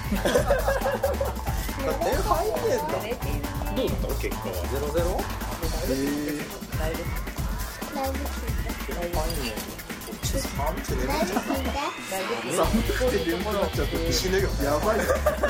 点入ってんだ。 濡れているどうだったの結果は。 0-0？ だいぶ点入んねん。寒くて寝れちゃった。 だいぶ寒くて眠くなっちゃって死ぬよ。 やばい。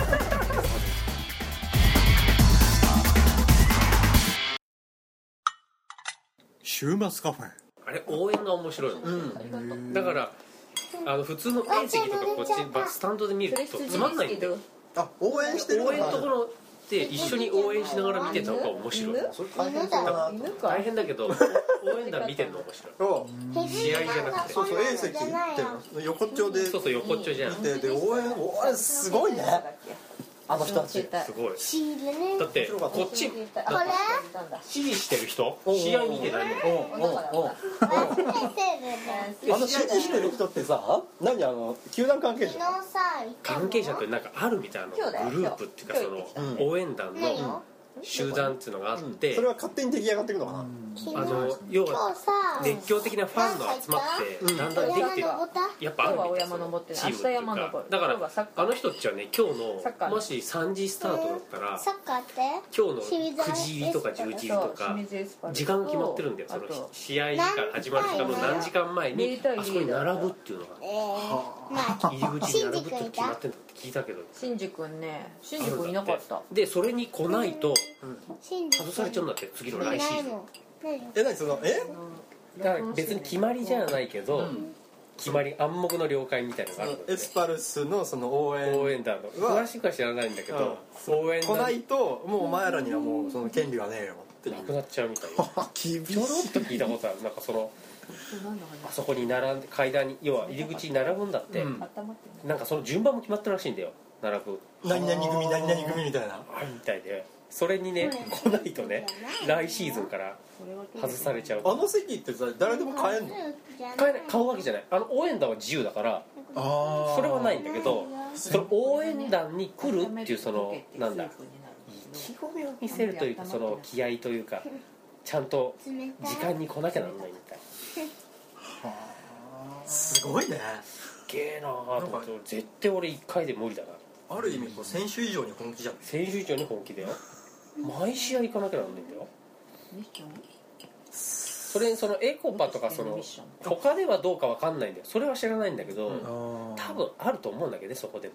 週末カフェ。 あれ応援が面白いの、だから普通の面積とかこっちスタンドで見るとつまんないんだよ。 あ、応援してるの応援のところで一緒に応援しながら見てた方が面白い。 それ大変そうだな。 犬か大変だけど応援団見てるの面白い。 そう試合じゃなくて、 そう A 席って横っちょでそうそう横っちょじゃん。 見てで応援すごいね。あの人たち。 すごい。だってこっち支持してる人試合見てないの。 あの支持してる人ってさ、何球団関係者？ 関係者ってなんかあるみたいなグループっていうかその応援団の集団っていうのがあって、 それは勝手に出来上がっていくのかな。 要は熱狂的なファンの集まってだんだんできてやっぱあるみたいなチームっていうか、だからあの人たちはね今日のもし3時スタートだったら今日の9時入りとか10時入りとか時間が決まってるんだよ。その試合から始まる時間の何時間前にあそこに並ぶっていうのが入り口に並ぶって決まってるのって聞いたけど、 新宿ね、新宿いなかった。 でそれに来ないと外されちゃうんだって次の来シーズン。 何そのだから別に決まりじゃないけど、決まり暗黙の了解みたいなのがあるので、 エスパルスのその応援団の詳しくは知らないんだけど、応援団来ないともうお前らにはもうその権利はねえよってなくなっちゃうみたいな。 厳しい。 ちょろっと聞いたことある。なんかそのあそこに並んで階段に要は入り口に並ぶんだって、なんかその順番も決まってるらしいんだよ。並ぶ何々組何々組みたいなあるみたいで、それにね来ないとね来シーズンから外されちゃう。 あの席ってさ誰でも買えんの？ 買うわけじゃない。応援団は自由だからそれはないんだけど、その応援団に来るっていうそのなんだ意気込みを見せるというかその気合というかちゃんと時間に来なきゃならないみたい。 すごいね。 すげえなーと思って、絶対俺1回で無理だな。 ある意味こう選手以上に本気じゃん。 選手以上に本気だよ。毎試合行かなきゃならないんだよ。それにそのエコパとかその他ではどうかわかんないんだよ。それは知らないんだけど、多分あると思うんだけどね、そこでも。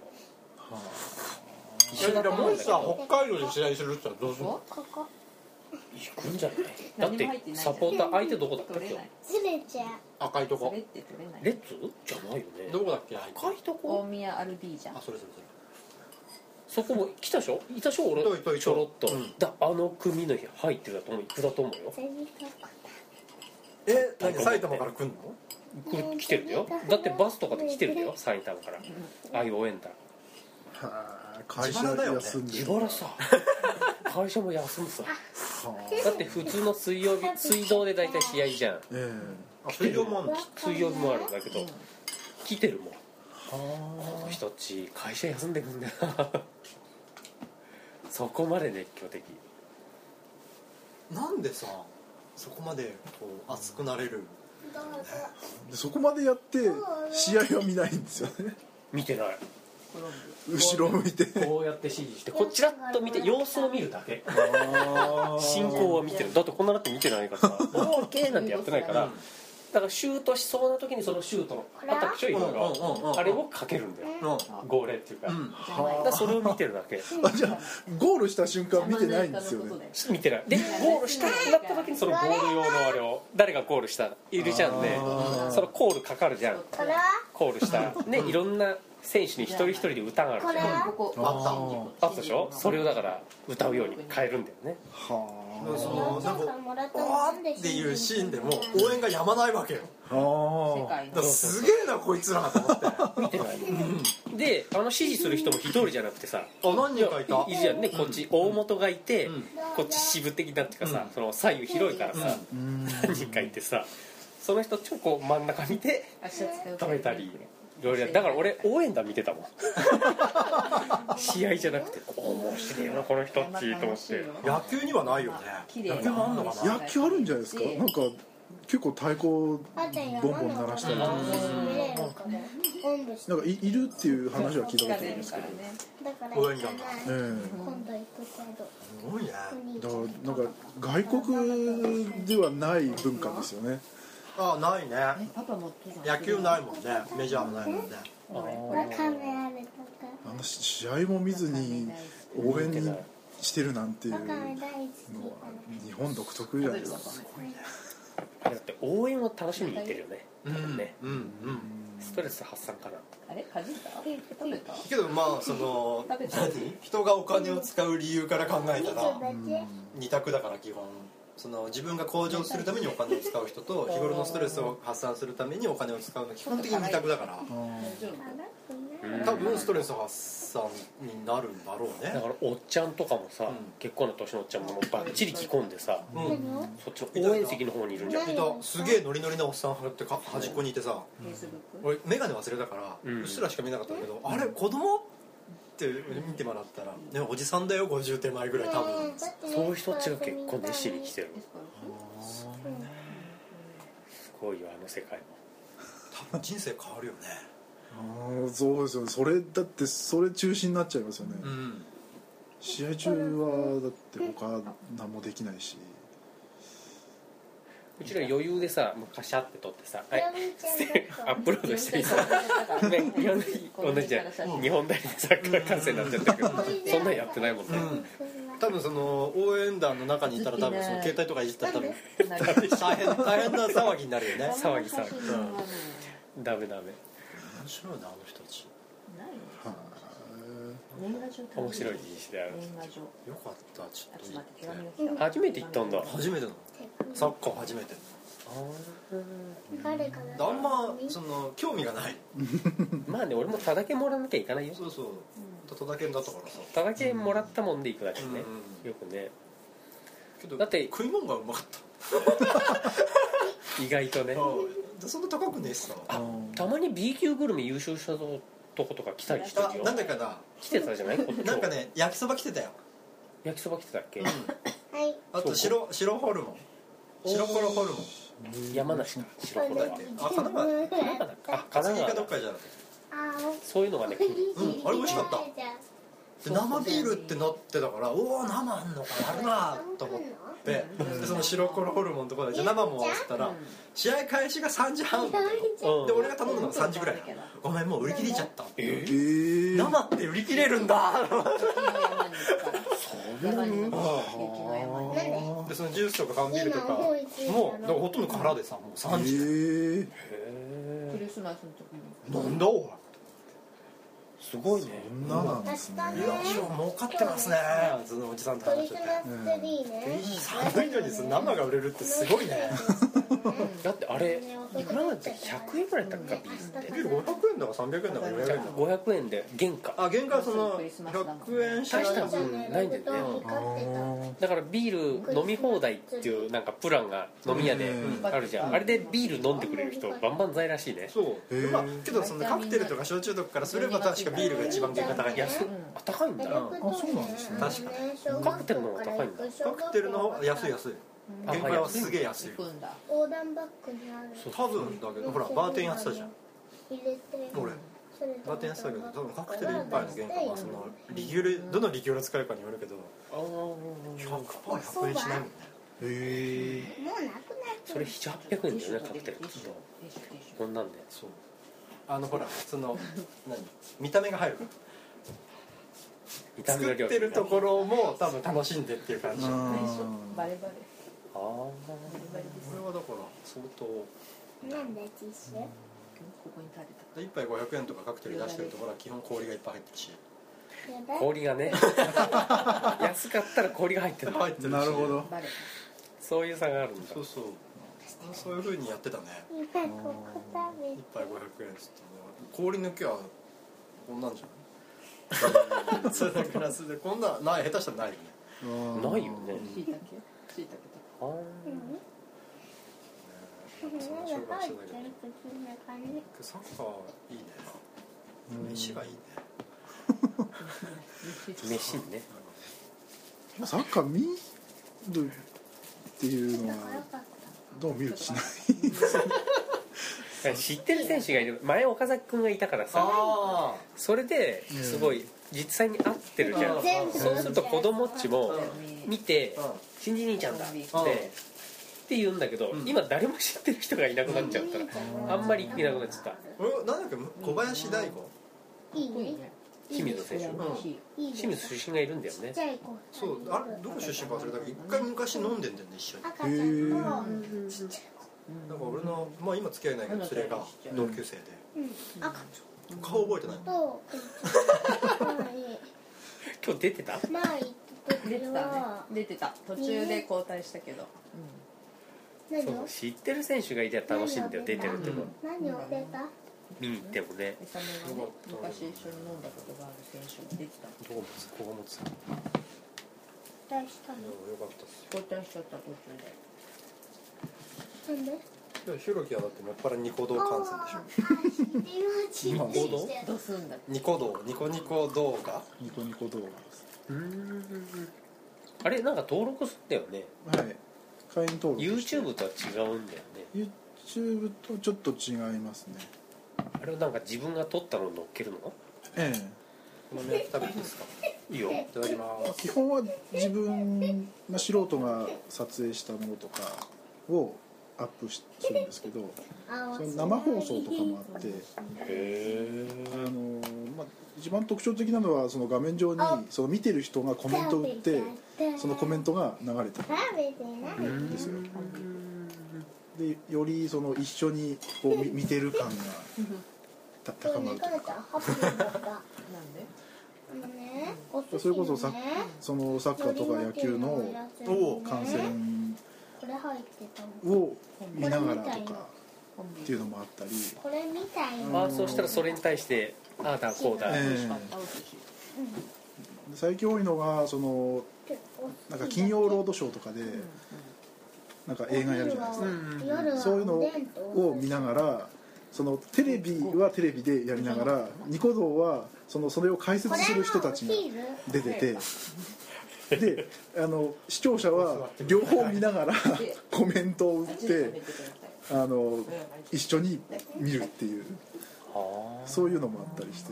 一緒だと思うんだけど。もしさ北海道で試合するって言ったらどうするの？ 行くんじゃない？だってサポーター相手どこだったっけ？ 赤いとこ。 レッツじゃないよね。 どこだっけ？ 赤いとこ？ 大宮アルビーじゃん。 あ、それ。 そこも来たでしょ？いたでしょ？俺ちょろっと。だ組の日入ってたと思う。行くだと思うよ。 何埼玉から来んの？ 来てるんだよ。だってバスとかで来てるんだよ、埼玉から。ああいう応援団。 会社休んで自腹さ。会社も休むさ。だって普通の水道で大体試合じゃん。 水曜もあるの？ 水曜日もあるんだけど来てるもん。この人たち会社休んでくんだよな。そこまで熱狂的。 なんでさそこまでこう熱くなれる？ そこまでやって試合は見ないんですよね。 見てない。 後ろを向いてこうやって指示してこっちらっと見て様子を見るだけ。進行は見てる。だってこんなだって見てないからさオーケーなんてやってないから。だからシュートしそうな時にそのシュートのあったっけ？あれをかけるんだよ。号令っていうか。だからそれを見てるだけ。 じゃあゴールした瞬間見てないんですよね。 見てない。でゴールしたってなった時にそのゴール用のあれを誰がゴールしたいるじゃんね。そのコールかかるじゃん。コールしたね、いろんな選手に一人一人で歌があるじゃん。あったでしょ？それをだから歌うように変えるんだよね。 そのなんかわーっていうシーンでも応援がやまないわけよ。だからすげえなこいつらと思って見てない。で指示する人も一人じゃなくてさ、 何人かいた？ いるじゃんね。こっち大本がいて、こっち支部的なっていうかさ、その左右広いからさ、何人かいてさ、その人ちょっとこう真ん中見て食べたり。いろいろだから俺応援団見てたもん。試合じゃなくて面白いよなこの人っちと思って。 野球にはないよね。野球もあんのかな？ 野球あるんじゃないですか。なんか結構太鼓ボンボン鳴らしたりとか。 なんかいるっていう話は聞いたことあるんですけど、 応援団がすごいね。だからなんか外国ではない文化ですよね。 あ、ないね。野球ないもんね。メジャーもないもんね。 あの試合も見ずに応援にしてるなんていうのは日本独特じゃないですか。 だって応援を楽しみに行ってるよね。ね。ストレス発散かな。 あれかじったけどまあその人がお金を使う理由から考えたら二択だから基本。その自分が向上するためにお金を使う人と日頃のストレスを発散するためにお金を使うの基本的に二択だから多分ストレス発散になるんだろうね。 だからおっちゃんとかもさ、結構な年のおっちゃんもバッチリ着込んでさ、そっちの応援席の方にいるんじゃん。 すげえノリノリなおっさんって端っこにいてさ、俺眼鏡忘れたからうっすらしか見なかったんだけど、あれ子供って見てもらったらでもおじさんだよ、50手前ぐらい多分。 そういう人たちが結構熱心に来てる。すごいよあの世界も。 多分人生変わるよね。 そうですよね。それだってそれ中心になっちゃいますよね。試合中はだって他何もできないし。 うちら余裕でさ、カシャって撮ってさ、はい、アップロードしてみさ、同じじゃん。日本大でサッカー観戦になっちゃったけど、そんなんやってないもんね。 多分その応援団の中にいたら多分その携帯とかいじったら多分大変な騒ぎになるよね。 騒ぎ。ダメ。面白いなあの人たち。 面白い人種である。 よかった。ちょっと初めて行ったんだ。 初めてのサッカー初めて。あんまその興味がない。 まあね、俺もただけもらわなきゃいかないよ。 そうただけだったからさ。 ただけもらったもんでいくだけね。よくね。だって食い物がうまかった。 意外とね。 そんな高くねえしさ。 たまに B 級グルメ優勝したとことか来たりしてるよ。 なんだかな。 来てたじゃない？ なんかね、焼きそば来てたよ。 焼きそば来てたっけ？ あと白ホルモン。白コロホルモン。 山梨か。白コロは。 あ、神奈川。神奈川かどっかじゃなくて。 そういうのがね。 あれ美味しかった。生ビールってなってたから、おお生あんのかあるなと思って。でその白コロホルモンのところでじゃあ生も合わせたら試合開始が3時半で俺が頼んだのが3時ぐらい。ごめんもう売り切れちゃった。生って売り切れるんだ。でそのジュースとか缶ビールとかもうだからほとんど空でさもう3時。 クリスマスの時になんだおいすごいね。 そんななんですね。 いや儲かってますね。そのおじさんと話してて。寒いのに生が売れるってすごいね。 だってあれいくらだったっけ100円ぐらいだったっけビール500円だか300円だか400円だか 500円で原価。 あ原価はその100円し大した分ないんだよね。だからビール飲み放題っていうなんかプランが飲み屋であるじゃん。あれでビール飲んでくれる人バンバン在らしいね。 そうけどそのカクテルとか焼酎とかからすれば確かビールが一番原価高い。 高いんだ。 あ、そうなんですね。 確かにカクテルの方が高いんだ。 カクテルの方が安い原価はすげえ安い。 横断バッグにある。 多分だけどほらバーテンやってたじゃん。俺バーテンやってたけど多分カクテル一杯の原価はそのリキュールどのリキュール使うかによるけど 100% 100円しないもんね。 それ700-800円だよねカクテルってこんなんで。 そうほらその見た目が入るから作ってるところも多分楽しんでっていう感じ。 バレバレ。 これはだから相当なんでティッシュ？ここに垂れた。 1杯500円とかカクテル出してるところは基本氷がいっぱい入ってるし。 氷がね安かったら氷が入ってる。 入ってるし。 なるほど。 そういう差があるんだ。 そういう風にやってたね。1杯500円っつって氷抜きはこんなんじゃない？それだけラスでこんなない下手したらないよね。 ないよね。 しいたけとか。 サッカーいいね。飯がいいね。 飯ね。 サッカー見るっていうのはどう見る気しない。 知ってる選手がいる。前岡崎君がいたからさ、それですごい実際に合ってるじゃん。そうすると子供っちも見て「新人兄ちゃんだ」って言うんだけど、今誰も知ってる人がいなくなっちゃったらあんまりいなくなっちゃった。 なんだっけ、小林大吾、 清水選手、清水出身がいるんだよね。 そう、あれどこ出身か忘れたけど、一回昔飲んでんだよね、一緒に。なんか俺の、まあ今付き合いないけど、それが同級生で、顔覚えてない。 今日出てた？ 出てた。途中で交代したけど。 そう、知ってる選手がいて楽しいんだよ、出てるってこと。 何を出た？ 見に行ってもね。 昔一緒に飲んだことがある選手が出てた。 どこ持つ？ここ持つ。 交代したの？ よかったっす。 交代しちゃった途中で。なんで？ ひろきはだってもっぱらニコ動観戦でしょ。 ニコ動？ どうすんだ？ ニコ動、ニコニコ動画？ ニコニコ動画です。 あれなんか登録すったよね。 はい。会員登録。 YouTube とは違うんだよね。 YouTube とちょっと違いますね。 あれなんか自分が撮ったのを載っけるの？ ええ。 このね、食べていいですか？ いいよ。 いただきます。 基本は自分、素人が撮影したものとかをアップするんですけど、その生放送とかもあって、一番特徴的なのはその画面上にその見てる人がコメントを打ってそのコメントが流れてるんですよ。でよりその一緒にこう見てる感が高まるというか。それこそそのサッカーとか野球の観戦を見ながらとかっていうのもあったり、 そうしたらそれに対してああだこうだ、 最近多いのがそのなんか金曜ロードショーとかでなんか映画やるじゃないですか、そういうのを見ながらそのテレビはテレビでやりながらニコ動はそれを解説する人たちが出てて、で視聴者は両方見ながらコメントを打って一緒に見るっていうそういうのもあったりして、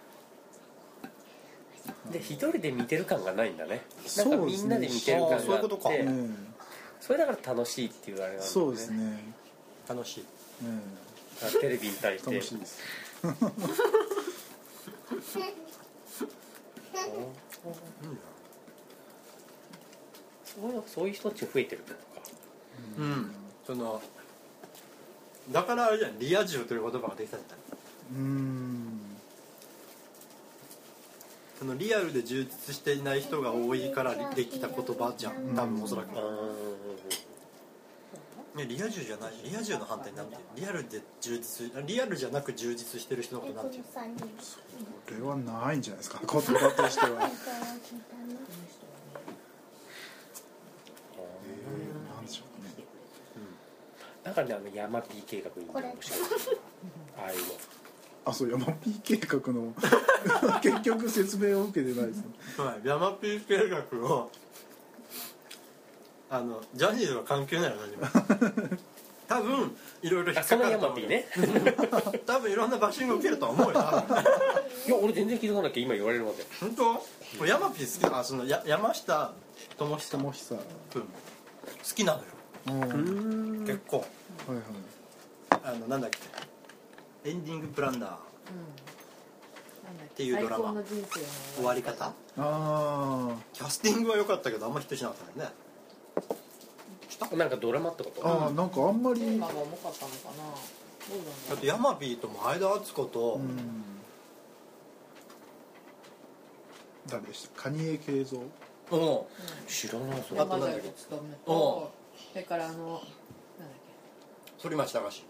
で一人で見てる感がないんだね。なんかみんなで見てる感があって、そういうことか、それだから楽しいっていうあれなんだね。 そうですね、 楽しい、 テレビに対して楽しいですそういう人たち増えてるってことか。 だからあれじゃん、リア充という言葉ができたんだ。そのリアルで充実していない人が多いからできた言葉じゃん、多分おそらく。リア充じゃない、リア充の反対なんてリアルで充実、リアルじゃなく充実してる人のことなんていう？ それはないんじゃないですか、言葉としては。なんでしょうね。 だからね、ヤマピー計画に面白い。ああいうの。 そう、ヤマピー計画の結局説明を受けてないですね。 ヤマピー計画をジャニーズは関係ないよ何も。多分いろいろ引っかかると思う。ね、多分いろんなバッシング受けると思うよ。いや俺全然気づかなきゃ今言われるまで。 本当？ヤマピー好きな、その山下智久君好きなのよ。結構。なんだっけ、エンディングプランナーっていうドラマ、終わり方。キャスティングは良かったけどあんまヒットしなかったよね。 なんかドラマってこと？ なんかあんまり。 重かったのかな。 だってヤマピーと前田敦子と、 誰でした？蟹江慶三。 知らない。 あとなんだっけ、それからなんだっけ、 反町隆史。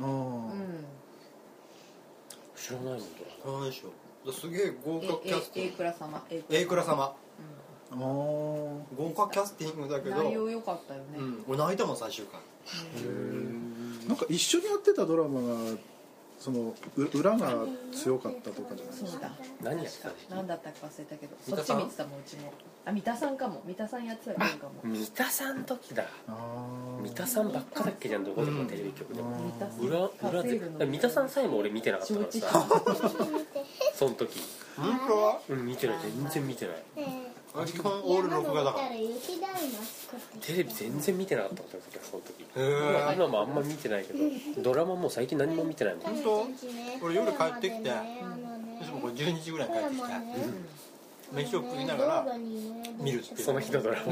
知らないもん。 知らないでしょ。すげえ豪華キャスティング。A倉様。豪華キャスティングだけど内容良かったよね。 俺泣いたもん最終回。 なんか一緒にやってたドラマがその裏が強かったとかじゃないですか。 何やった何だったか忘れたけど、そっち見てたもんうちも。あ、三田さんかも。三田さんやってたかも。 三田さん時だ。三田さんばっかだっけじゃん、どこでもテレビ局でも。裏で三田さんさえも俺見てなかったからさ。その時。 本当は？ 見てない、全然見てない。 基本オール録画だから。 テレビ全然見てなかったんですよ、その時。今もあんま見てないけど、ドラマもう最近何も見てないもん。 本当？俺夜帰ってきて、いつもこれ12時ぐらいに帰ってきて、飯を食いながら見るっていう。 その日のドラマ。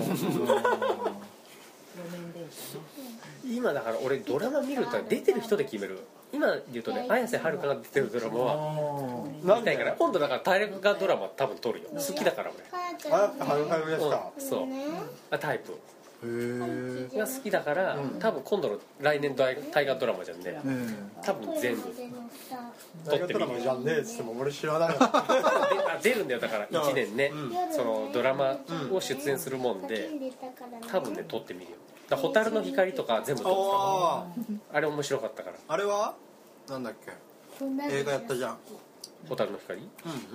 今だから俺ドラマ見ると出てる人で決める。今で言うとね、綾瀬はるかが出てるドラマは見たいから、今度だから大河ドラマ多分撮るよ。好きだから俺。 綾瀬はるかですか？ そうタイプへえ。 が好きだから、多分今度の来年大河ドラマじゃんね。多分全部大河ドラマじゃんねえっつっても俺知らない。 出るんだよ、だから1年ね、そのドラマを出演するもんで、多分ね撮ってみるよ。だから蛍の光とか全部撮ってた。あれ面白かったから。 あれはなんだっけ、映画やったじゃん。 蛍の光？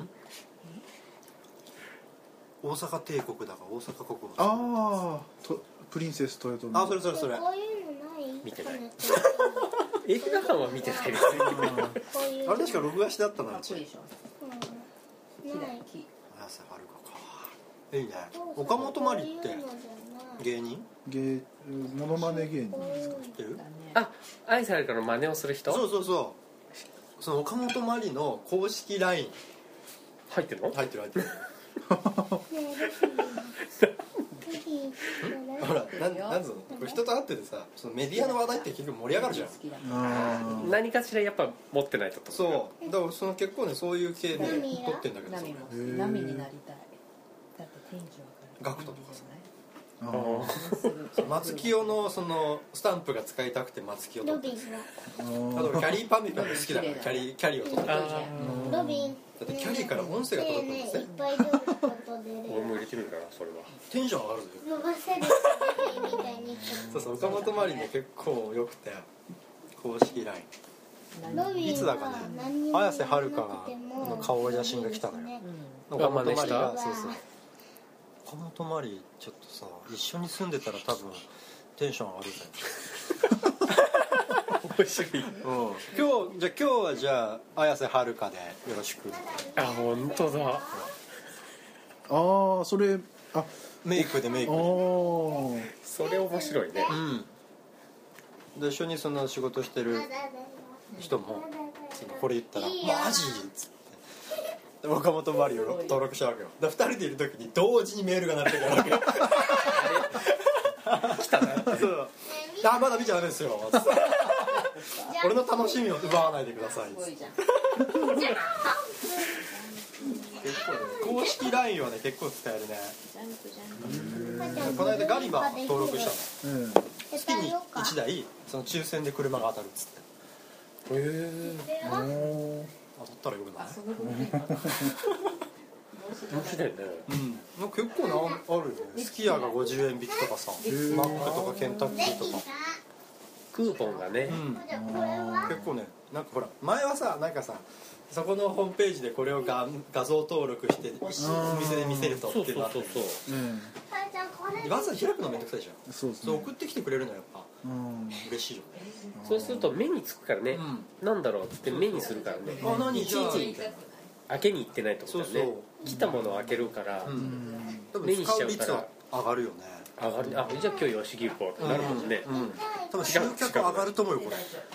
大阪帝国だか大阪国語。 ああ、プリンセス豊臣。 あ、それ見てない。映画館は見てないです。 あれ確か録画してあったのうち。 綾瀬はるかか。いいね。岡本真理って芸人？ モノマネ芸人ですか？ 知ってる？ あ、綾瀬はるかの真似をする人？ そう。その岡本真理の公式 LINE 入ってるの？ 入ってる。ほら、なんつうの、これ人と会っててさ、そのメディアの話題って結局盛り上がるじゃん。 何かしらやっぱ持ってないと。 そうだからその結構ね、そういう系で撮ってんだけどさ、 波になりたい。だって天気ガクトとかさ、松清のそのスタンプが使いたくて松清撮ってる。あとキャリーパミュパミ好きだからキャリーを撮ってる。 ロビンだってキャリーから音声が届くんですね。 俺も入れてみるから、それはテンション上がるぜ。そう岡本真理ね、結構よくて公式 LINE いつだかね、綾瀬はるかの顔写真が来たのよ。岡本真理が、そう岡本真理ちょっとさ、一緒に住んでたら多分テンション上がるぜ。 面白い。 今日はじゃあ綾瀬はるかでよろしく。 あ、本当だ。 ああ、それメイクで。 それ面白いね。 で一緒にその仕事してる人もこれ言ったらマジっつって岡本真理を登録したわけよ。で2人でいる時に同時にメールが鳴ってくるわけよ。 来たな。 そうあ、まだ見ちゃダメですよ。俺の楽しみを奪わないでください。結構ね、公式 LINE はね結構使えるね。この間ガリバー登録したの。月に1台その抽選で車が当たるっつって。当たったらよくない？ 面白いね。 結構ねあるよね。すき家が50円引きとかさ、マックとかケンタッキーとかクーポンがね、 結構ね、なんかほら前はさ、なんかさ、そこのホームページでこれを画像登録してお店で見せるとってなって、わざわざ開くのめんどくさいじゃん。そう送ってきてくれるのやっぱ嬉しいよね。 そうすると目につくからね、なんだろうって目にするからね。いちいち開けに行ってないってことだよね。来たものを開けるから目にしちゃうから上がるよね。 上がる。あ、じゃあ今日よしぎ行こうってなるもんね。 多分集客上がると思うよこれ。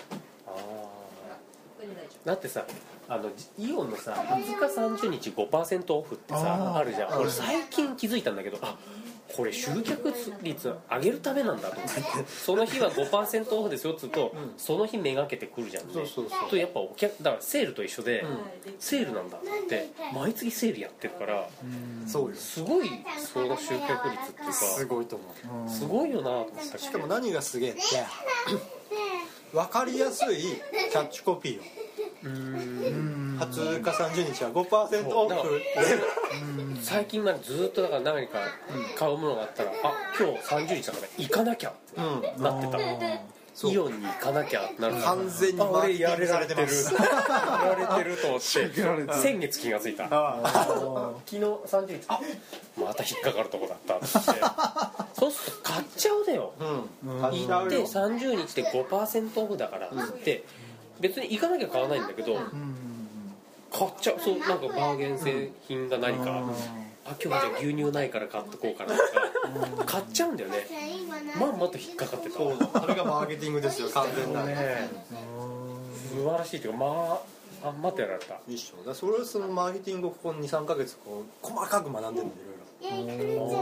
だってさ、イオンのさ、2日30日 5% オフってさあるじゃん。俺最近気づいたんだけど、あ、これ集客率上げるためなんだと思って。その日は 5% オフですよっつうと、その日めがけてくるじゃんね。とやっぱだからセールと一緒で、セールなんだって毎月セールやってるから、すごいその集客率っていうかすごいと思う。 すごいよなと思った。 しかも何がすげえって分かりやすいキャッチコピーよ。20日30日は 5% オフ。 最近までずっとだから何か買うものがあったら、あ、今日30日だから行かなきゃってなってた。 イオンに行かなきゃなる完全にマーケティングされてますやられてると思って先月気がついた昨日30日また引っかかるとこだったってそうすると買っちゃうだよ、行って30日で 5% オフだからって別に行かなきゃ買わないんだけど買っちゃう。そうなんかバーゲン製品が何か今日はじゃあ牛乳ないから買ってこうかなとか買っちゃうんだよね。まんまと引っかかってた。 そうそれがマーケティングですよ完全なね。素晴らしいっていうかまんまとやられた。 一緒だ。それそのマーケティングをここ 2,3 ヶ月こう細かく学んでるんでいろいろ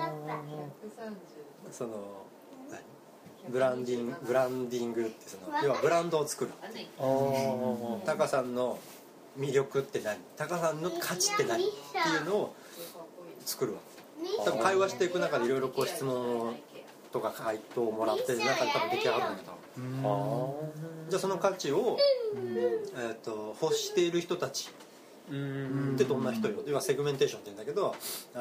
そのブランディングってその要はブランドを作るタカさんの魅力って何、タカさんの価値って何っていうのを作るわ。多分会話していく中でいろいろこう質問とか回答をもらってる中で多分出来上がるんだと。じゃあその価値を、欲している人たちってどんな人よ。要はセグメンテーションって言うんだけど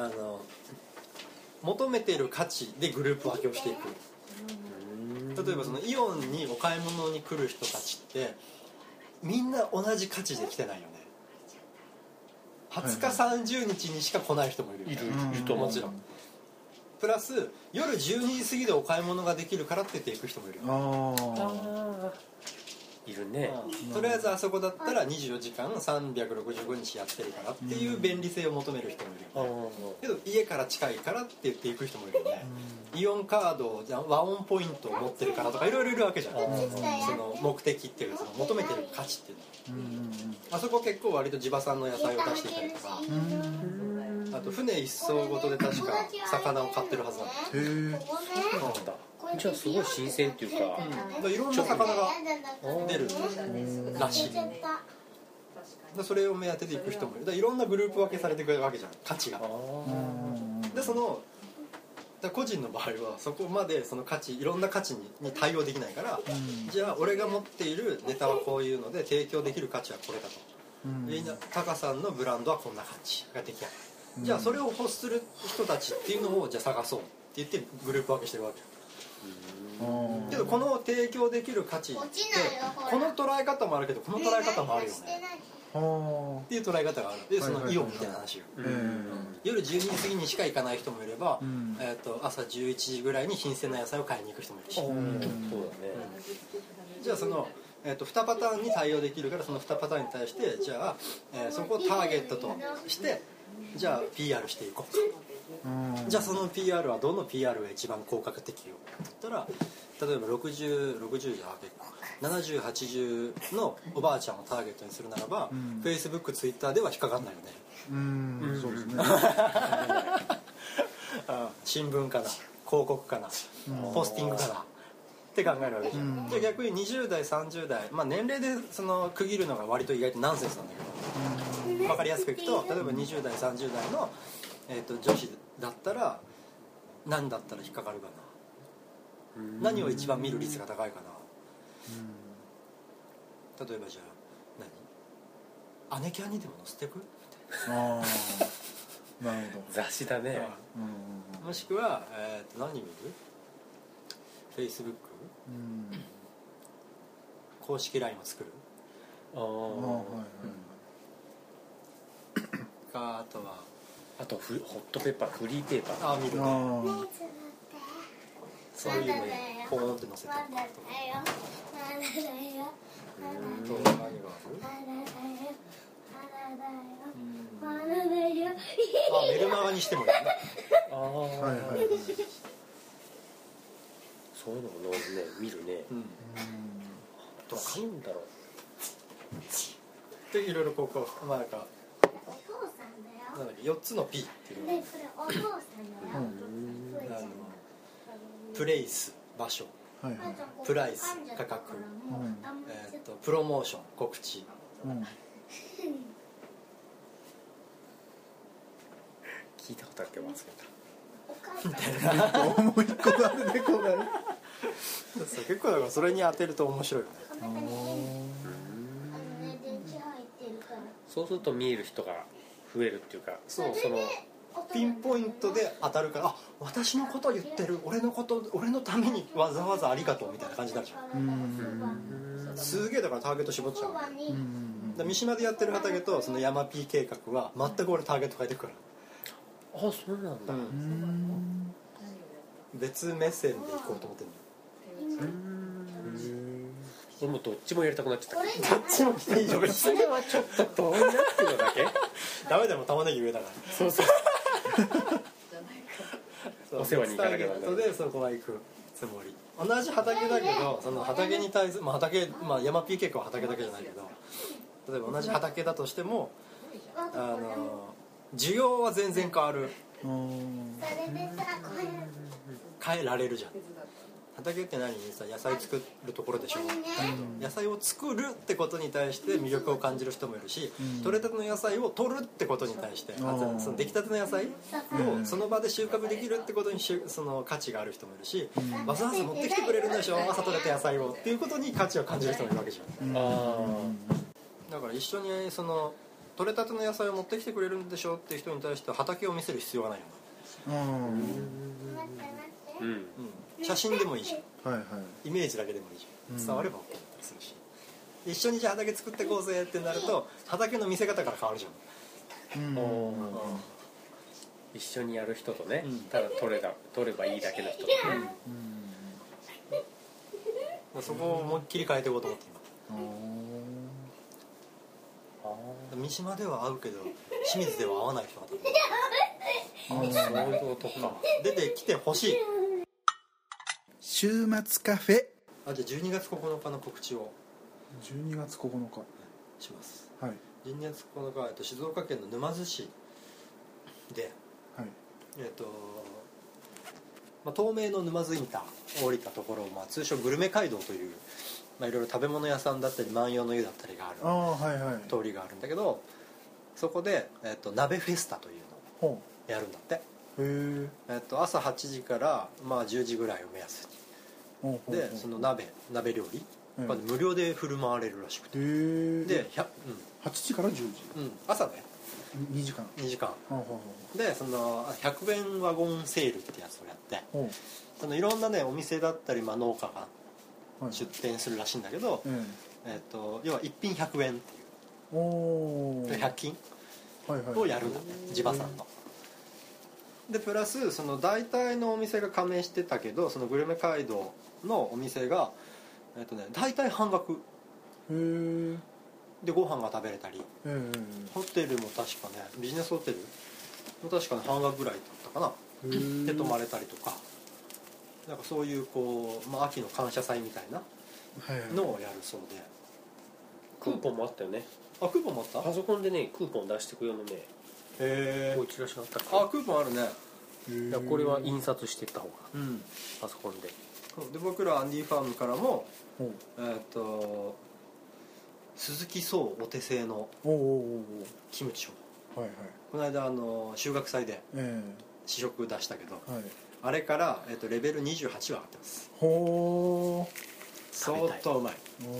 求めている価値でグループ分けをしていく。例えばそのイオンにお買い物に来る人たちってみんな同じ価値で来てないよね。20日30日にしか来ない人もいるよね。いるともちろん。プラス夜12時過ぎでお買い物ができるからって言って行く人もいるよね。 いるね。 とりあえずあそこだったら24時間365日やってるからっていう便利性を求める人もいるよね。けど家から近いからって言って行く人もいるよね。イオンカードじゃワンオンポイントを持ってるからとかいろいろいるわけじゃん。その目的っていうかその求めてる価値っていうの。あそこ結構割と地場産の野菜を出していたりとか、あと船一艘ごとで確か魚を買ってるはずなんだ。 じゃあすごい新鮮っていうか、 いろんな魚が出るらしい。それを目当てで行く人もいる。いろんなグループ分けされてくるわけじゃん、価値が。でその個人の場合はそこまでその価値いろんな価値に対応できないから、じゃあ俺が持っているネタはこういうので提供できる価値はこれだと、タカさんのブランドはこんな価値が出来上がる、じゃあそれを欲する人たちっていうのをじゃあ探そうって言ってグループ分けしてるわけよ。けどこの提供できる価値ってこの捉え方もあるけどこの捉え方もあるよねっていう捉え方がある。でそのイオンみたいな話よ。夜12時過ぎにしか行かない人もいれば、朝11時ぐらいに新鮮な野菜を買いに行く人もいるし、じゃあその、2パターンに対応できるからその2パターンに対してじゃあ、そこをターゲットとしてじゃあ PR していこうか。じゃあその PR はどの PR が一番効果的よって言ったら、例えば60じゃ結構7080のおばあちゃんをターゲットにするならば、Facebook、Twitter では引っかかんないよね。そうですね。新聞かな、広告かな、ポスティングかなって考えるわけじゃん。じゃあ逆に20代30代、年齢でその区切るのが割と意外とナンセンスなんだけど、分かりやすくいくと例えば20代30代の女子だったら何だったら引っかかるかな、何を一番見る率が高いかな。例えばじゃあ姉キャンにでも載せてくみたいな。 なるほど。 雑誌だね。 もしくは、何見る Facebook、公式 LINE を作るか、 あとホットペッパー、フリーペーパー見るね。そういうのにポーンって載せてるとか。何がある？メルマガにしてもいいね。 そういうのもね見るね。どうかんだろう。でいろいろこうなんかなんだっけ4つの P っていうのがプレイス場所、プライス価格、プロモーション告知。 聞いたことあるけど忘れた。もう一個が出てこない。 結構だからそれに当てると面白いよね。 そうすると見える人が増えるっていうか、そのピンポイントで当たるから、あ、私のこと言ってる、俺のためにわざわざありがとうみたいな感じになるじゃん。すげえだからターゲット絞っちゃう。だ三島でやってる畑とその山 P 計画は全く俺ターゲット変えてくから。 あ、そうなんだ。 別目線で行こうと思ってるの。 俺もどっちもやりたくなっちゃった。 どっちも来ていいよ。 それはちょっと遠いなっていうのだけ。 ダメでも玉ねぎ上だから。 そうそう。お世話に行かなきゃなんだ。 ターゲットでそこは行くつもり。同じ畑だけど、その畑に対する、山 P 計画は畑だけじゃないけど、例えば同じ畑だとしても、需要は全然変わる。変えられるじゃん。畑って何にさ、野菜作るところでしょ。野菜を作るってことに対して魅力を感じる人もいるし、取れたての野菜を取るってことに対して、その出来たての野菜をその場で収穫できるってことにその価値がある人もいるし、わざわざ持ってきてくれるんでしょ、朝取れた野菜をっていうことに価値を感じる人もいるわけじゃん。だから一緒にその取れたての野菜を持ってきてくれるんでしょっていう人に対して畑を見せる必要がないの。写真でもいいじゃん、イメージだけでもいいじゃん、伝われば OK だったりするし、一緒にじゃあ畑作っていこうぜってなると畑の見せ方から変わるじゃん。 一緒にやる人とね、ただ取ればいいだけの人とね、 そこを思いっきり変えていこうと思って今。三島では会うけど清水では会わない人がそういうことか。 出てきてほしい。 週末カフェ。 じゃあ12月9日の告知を 12月9日します。 はい。 12月9日、静岡県の沼津市で、 はい、 東名の沼津インターを降りたところ、通称グルメ街道という、いろいろ食べ物屋さんだったり万葉の湯だったりがある通りがあるんだけど、そこで、鍋フェスタというのをやるんだって。朝8時から、10時ぐらいを目安にで、その鍋料理、無料で振る舞われるらしくて、で、 8時から10時、 朝ね 2時間で、その100円ワゴンセールってやつをやって、そのいろんなねお店だったり、農家が出店するらしいんだけど、要は1品100円っていう100均をやるんだって、地場産の。でプラスその大体のお店が加盟してたけど、そのグルメ街道のお店が大体半額でご飯が食べれたり、ホテルも確かね、ビジネスホテルも確かね半額ぐらいだったかなで泊まれたりとか、なんかそういう秋の感謝祭みたいなのをやるそうで、 クーポンもあったよね。 あ、クーポンもあった？ パソコンでねクーポン出してくようなね、こういうチラシがあったっけ。 あ、クーポンあるね。 いや、これは印刷してった方が、パソコンで。 で僕らアンディファームからも鈴木荘お手製のキムチをこの間修学祭で試食出したけど、あれからレベル28は上がってます。相当うまい。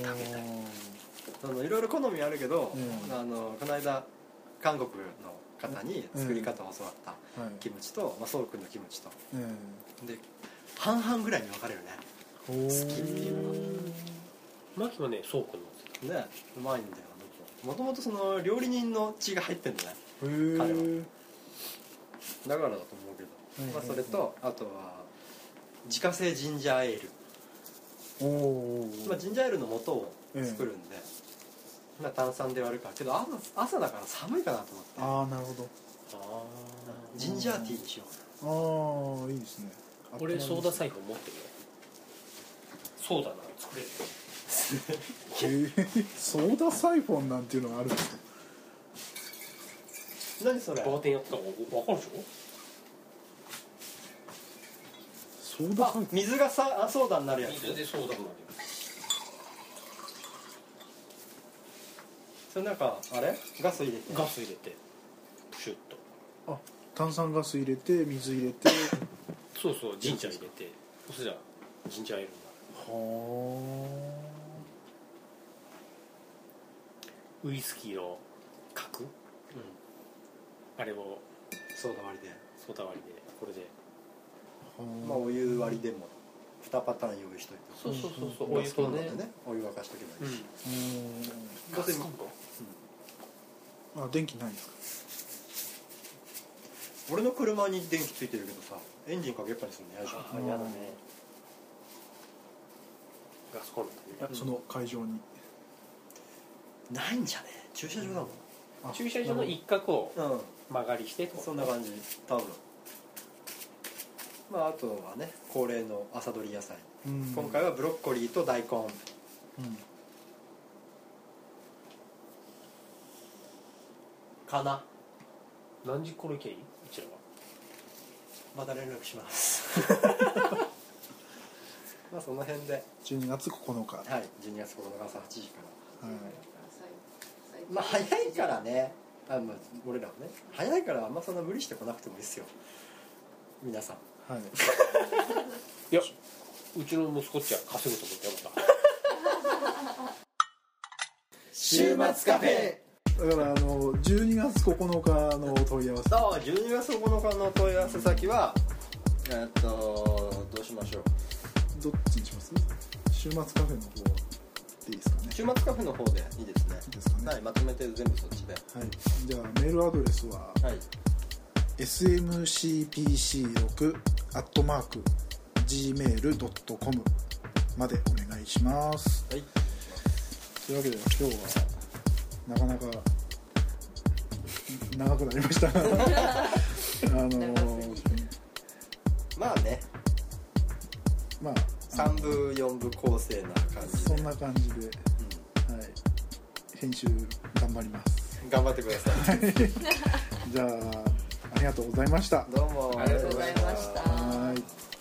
いろいろ好みあるけど、この間韓国の方に作り方を教わったキムチと、そうくんのキムチと、で半々ぐらいに分かれるね、好きっていうのは。 マキはね、そうくんのね、うまいんだよ。もともとその料理人の血が入ってんだね、彼は。だからだと思うけど、それとあとは自家製ジンジャーエール。ジンジャーエールの素を作るんで、炭酸で割るからけど、朝だから寒いかなと思って。 ああ、なるほど。 ジンジャーティーにしよう。 ああ、いいですね。 俺ソーダサイフォン持ってるよ。そうだな、作れる。 ソーダサイフォンなんていうのがあるんですか。 何それ。 バーテンやったら分かるでしょ。 ソーダサイフォン。 水がソーダになるやつ。 水でソーダになるよ。 それなんかあれガス入れてプシュッと。 あ、炭酸ガス入れて水入れてそうそう、ジンジャー入れて、そしたらジンジャーエールになる。 はウイスキーの核、あれをソーダ割りでこれでまあお湯割りでも2パターン用意しといて、 そうお湯とねお湯沸かしとけばいいし、 ガスコンロ、 電気ないんですか？ 俺の車に電気ついてるけどさ、エンジンかけっぱにするの嫌じゃん。 嫌だね。ガスコンロその会場にないんじゃね？駐車場だもん。 駐車場の一角を曲がりしてと、 そんな感じ多分。まああとはね、恒例の朝どり野菜、今回はブロッコリーと大根、かな。 何時頃行けばいい？うちらはまた連絡しますまあその辺で 12月9日、 はい、12月9日朝8時から、 はい、 まあ早いからね、まあ、俺らはね早いからあんまそんな無理してこなくてもいいですよ皆さん。 はいいや、うちの息子っちは稼ぐと思って思った週末カフェだから12月9日の問い合わせ、 そう12月9日の問い合わせ先はどうしましょう。 どっちにします？週末カフェの方でいいですかね。 週末カフェの方でいいですね。 いいですかね。 はい、まとめて全部そっちで。 はい。じゃあメールアドレスは、はい、smcpc6@gmail.com までお願いします。はい。というわけで今日はなかなか長くなりましたまあね、 まあ 3部4部構成な感じで、 そんな感じで、はい、編集頑張ります。 頑張ってくださいじゃあありがとうございました。 どうもありがとうございました。 はい。